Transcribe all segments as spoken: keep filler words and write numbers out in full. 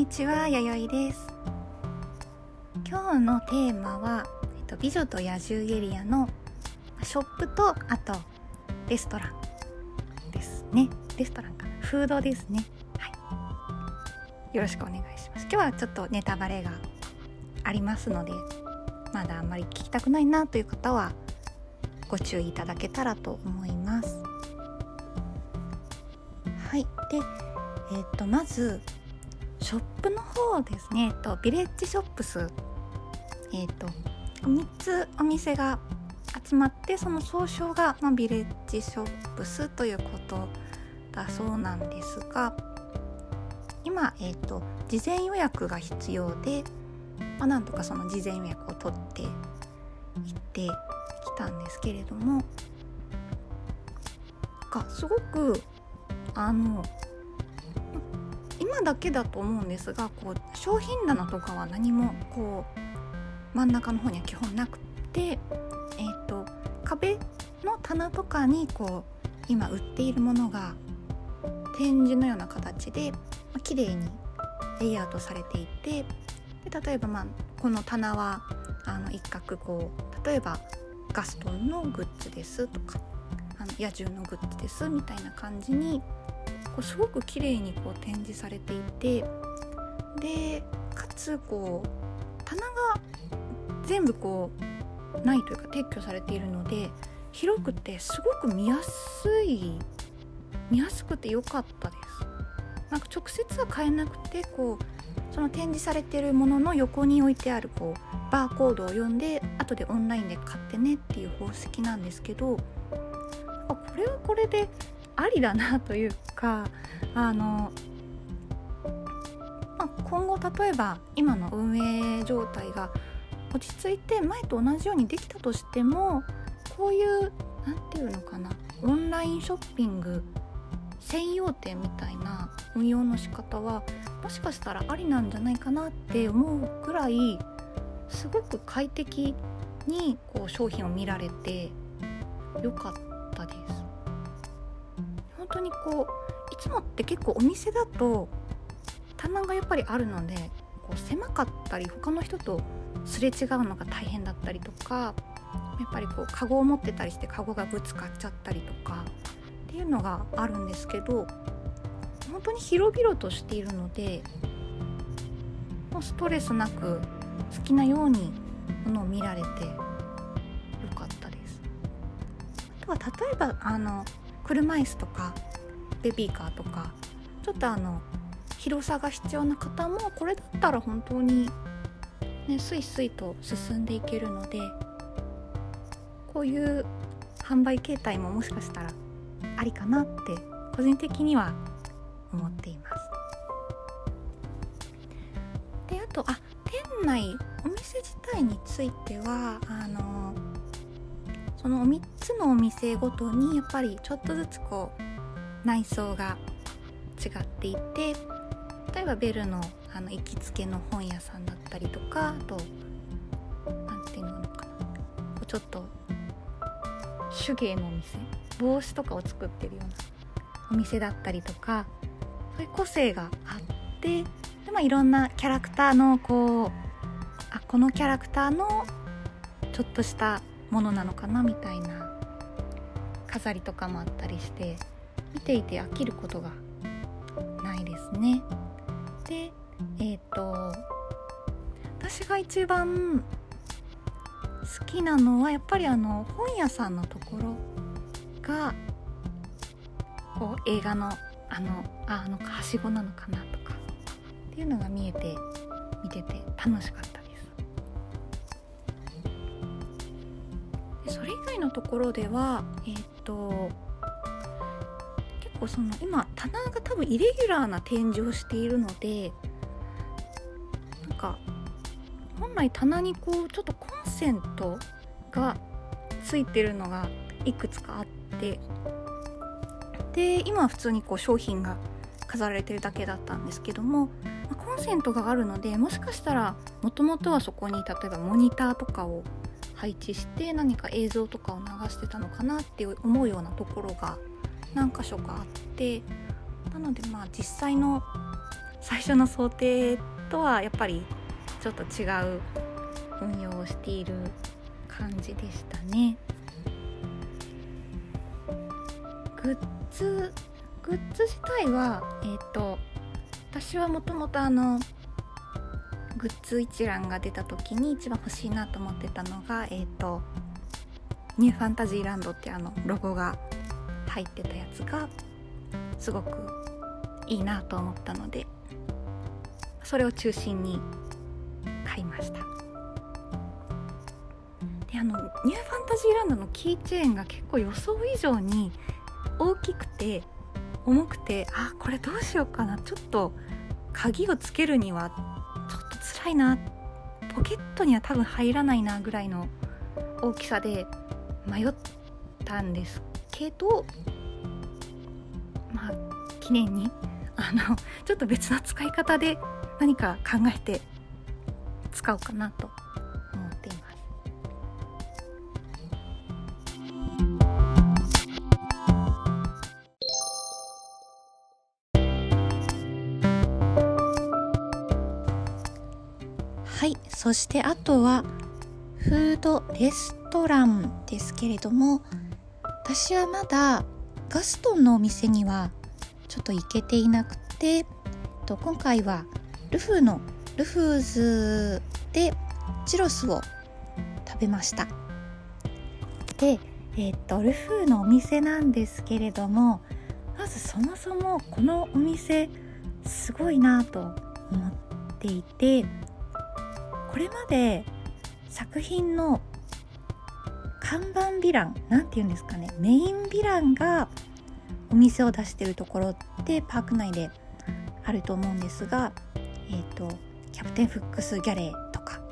にちは、やよいです。今日のテーマは、えっと、美女と野獣エリアのショップと、あとレストランですね。レストランかな、フードですね。はい、よろしくお願いします。今日はちょっとネタバレがありますので、まだあんまり聞きたくないなという方はご注意いただけたらと思います。はい、で、えっとまずショップの方ですね。えっとビレッジショップス、えっとみっつお店が集まって、その総称が、まあ、ビレッジショップスということだそうなんですが、今、えっと事前予約が必要で、まあ、なんとかその事前予約を取っていってきたんですけれども、がすごくあの今だけだと思うんですが、こう商品棚とかは何もこう真ん中の方には基本なくて、えーと、壁の棚とかにこう今売っているものが展示のような形で、まあ、綺麗にレイアウトされていて、で例えば、まあ、この棚はあの一角こう例えばガストンのグッズですとか、あの野獣のグッズですみたいな感じにこうすごく綺麗にこう展示されていて、でかつこう棚が全部こうないというか撤去されているので、広くてすごく見やすい見やすくて良かったです。なんか直接は買えなくて、こうその展示されているものの横に置いてあるこうバーコードを読んで後でオンラインで買ってねっていう方式なんですけど、これはこれでありだなというか、あの、まあ、今後例えば今の運営状態が落ち着いて前と同じようにできたとしても、こういうなんていうのかな、オンラインショッピング専用店みたいな運用の仕方はもしかしたらありなんじゃないかなって思うくらい、すごく快適にこう商品を見られてよかったです。本当にこういつもって結構お店だと棚がやっぱりあるので、こう狭かったり他の人とすれ違うのが大変だったりとか、やっぱりこうカゴを持ってたりしてカゴがぶつかっちゃったりとかっていうのがあるんですけど、本当に広々としているので、もうストレスなく好きなようにものを見られてよかったです。あとは例えばあの車椅子とかベビーカーとかちょっとあの広さが必要な方もこれだったら本当に、ね、スイスイと進んでいけるので、こういう販売形態ももしかしたらありかなって個人的には思っています。で、あとあ店内お店自体についてはあのそのみっつのお店ごとにやっぱりちょっとずつこう内装が違っていて、例えばベルのあの行きつけの本屋さんだったりとか、あとなんていうのかな、こうちょっと手芸のお店、帽子とかを作ってるようなお店だったりとか、そういう個性があって、で、まあ、いろんなキャラクターのこうあこのキャラクターのちょっとしたものなのかなみたいな飾りとかもあったりして、見ていて飽きることがないですね。で、えっと私が一番好きなのはやっぱりあの本屋さんのところがこう映画のあのああのはしごなのかなとかっていうのが見えて見てて楽しかったです。でそれ以外のところではえっと結構その今棚が多分イレギュラーな展示をしているので、なんか本来棚にこうちょっとコンセントがついてるのがいくつかあって、で今は普通にこう商品が飾られてるだけだったんですけども、まあ、コンセントがあるので、もしかしたらもともとはそこに例えばモニターとかを配置して何か映像とかを流してたのかなって思うようなところが何箇所かあって、なのでまあ実際の最初の想定とはやっぱりちょっと違う運用をしている感じでしたね。グッズグッズ自体はえっと私はもともとあのグッズ一覧が出た時に一番欲しいなと思ってたのが、えっとニューファンタジーランドってあのロゴが入ってたやつがすごくいいなと思ったので、それを中心に買いました。で、あのニューファンタジーランドのキーチェーンが結構予想以上に大きくて重くて、あ、これどうしようかな、ちょっと鍵をつけるにはちょっと辛いな、ポケットには多分入らないなぐらいの大きさで迷ったんですけど、まあ記念にあのちょっと別の使い方で何か考えて使おうかなと思っています。はい、そしてあとはフードレストランですけれども、私はまだガストンのお店にはちょっと行けていなくて、今回はルフのルフーズでチュロスを食べました。で、えっとルフのお店なんですけれども、まずそもそもこのお店すごいなと思っていて、これまで作品の看板ヴィラン、なんていうんですかね、メインヴィランがお店を出しているところってパーク内であると思うんですが、えっとキャプテンフックスギャレーとか、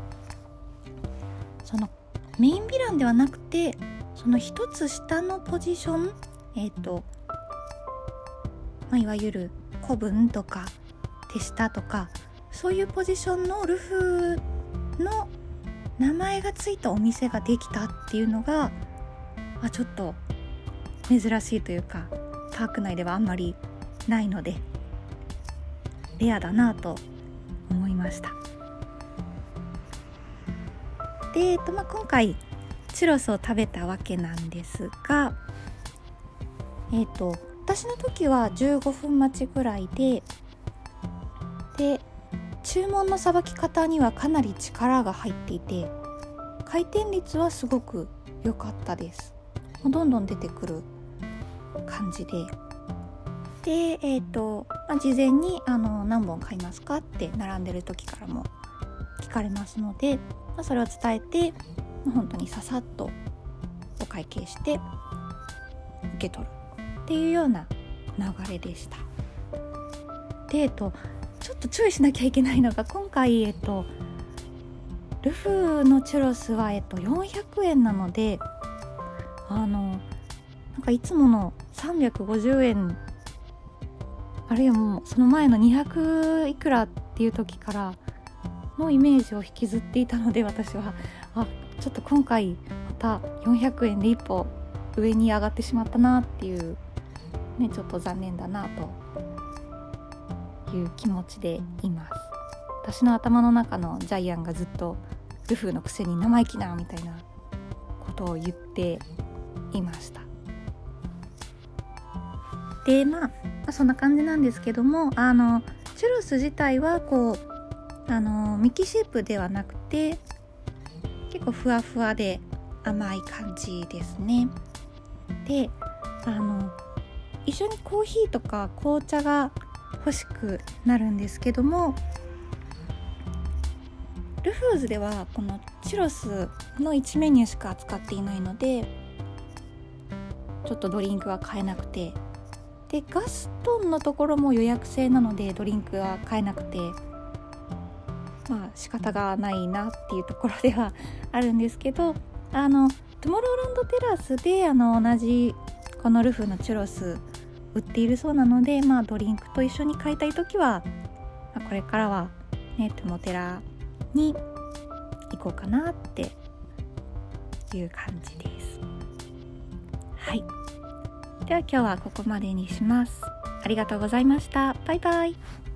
そのメインヴィランではなくてその一つ下のポジション、えっと、まあ、いわゆる子分とか手下とか、そういうポジションのルフの名前がついたお店ができたっていうのが、あ、ちょっと珍しいというか、パーク内ではあんまりないのでレアだなと思いました。で、えっとまあ、今回チュロスを食べたわけなんですが、えっと私の時はじゅうごふん待ちぐらいで、で注文のさばき方にはかなり力が入っていて、回転率はすごく良かったです。どんどん出てくる感じで、で、えーとまあ、事前にあの何本買いますかって並んでる時からも聞かれますので、まあ、それを伝えて、まあ、本当にささっとお会計して受け取るっていうような流れでした。で、えっとちょっと注意しなきゃいけないのが、今回、えっと、ルフのチュロスは、えっと、よんひゃくえんなので、あのなんかいつものさんびゃくごじゅうえん、あるいはもうその前のにひゃくいくらっていう時からのイメージを引きずっていたので、私はあちょっと今回またよんひゃくえんで一歩上に上がってしまったなっていう、ね、ちょっと残念だなという気持ちでいます。私の頭の中のジャイアンがずっとルフのくせに生意気なみたいなことを言っていました。で、まあ、まあそんな感じなんですけども、あのチュロス自体はこうあのミキシェイプではなくて結構ふわふわで甘い感じですね。で、あの一緒にコーヒーとか紅茶が欲しくなるんですけども、ルフーズではこのチュロスのいちメニューしか扱っていないので、ちょっとドリンクは買えなくて、でガストンのところも予約制なのでドリンクは買えなくて、まあ仕方がないなっていうところではあるんですけど、あのトゥモローランドテラスであの同じこのルフのチュロス売っているそうなので、まあ、ドリンクと一緒に買いたいときは、まあ、これからはねトゥモテラに行こうかなっていう感じです。はい、では今日はここまでにします。ありがとうございました。バイバイ。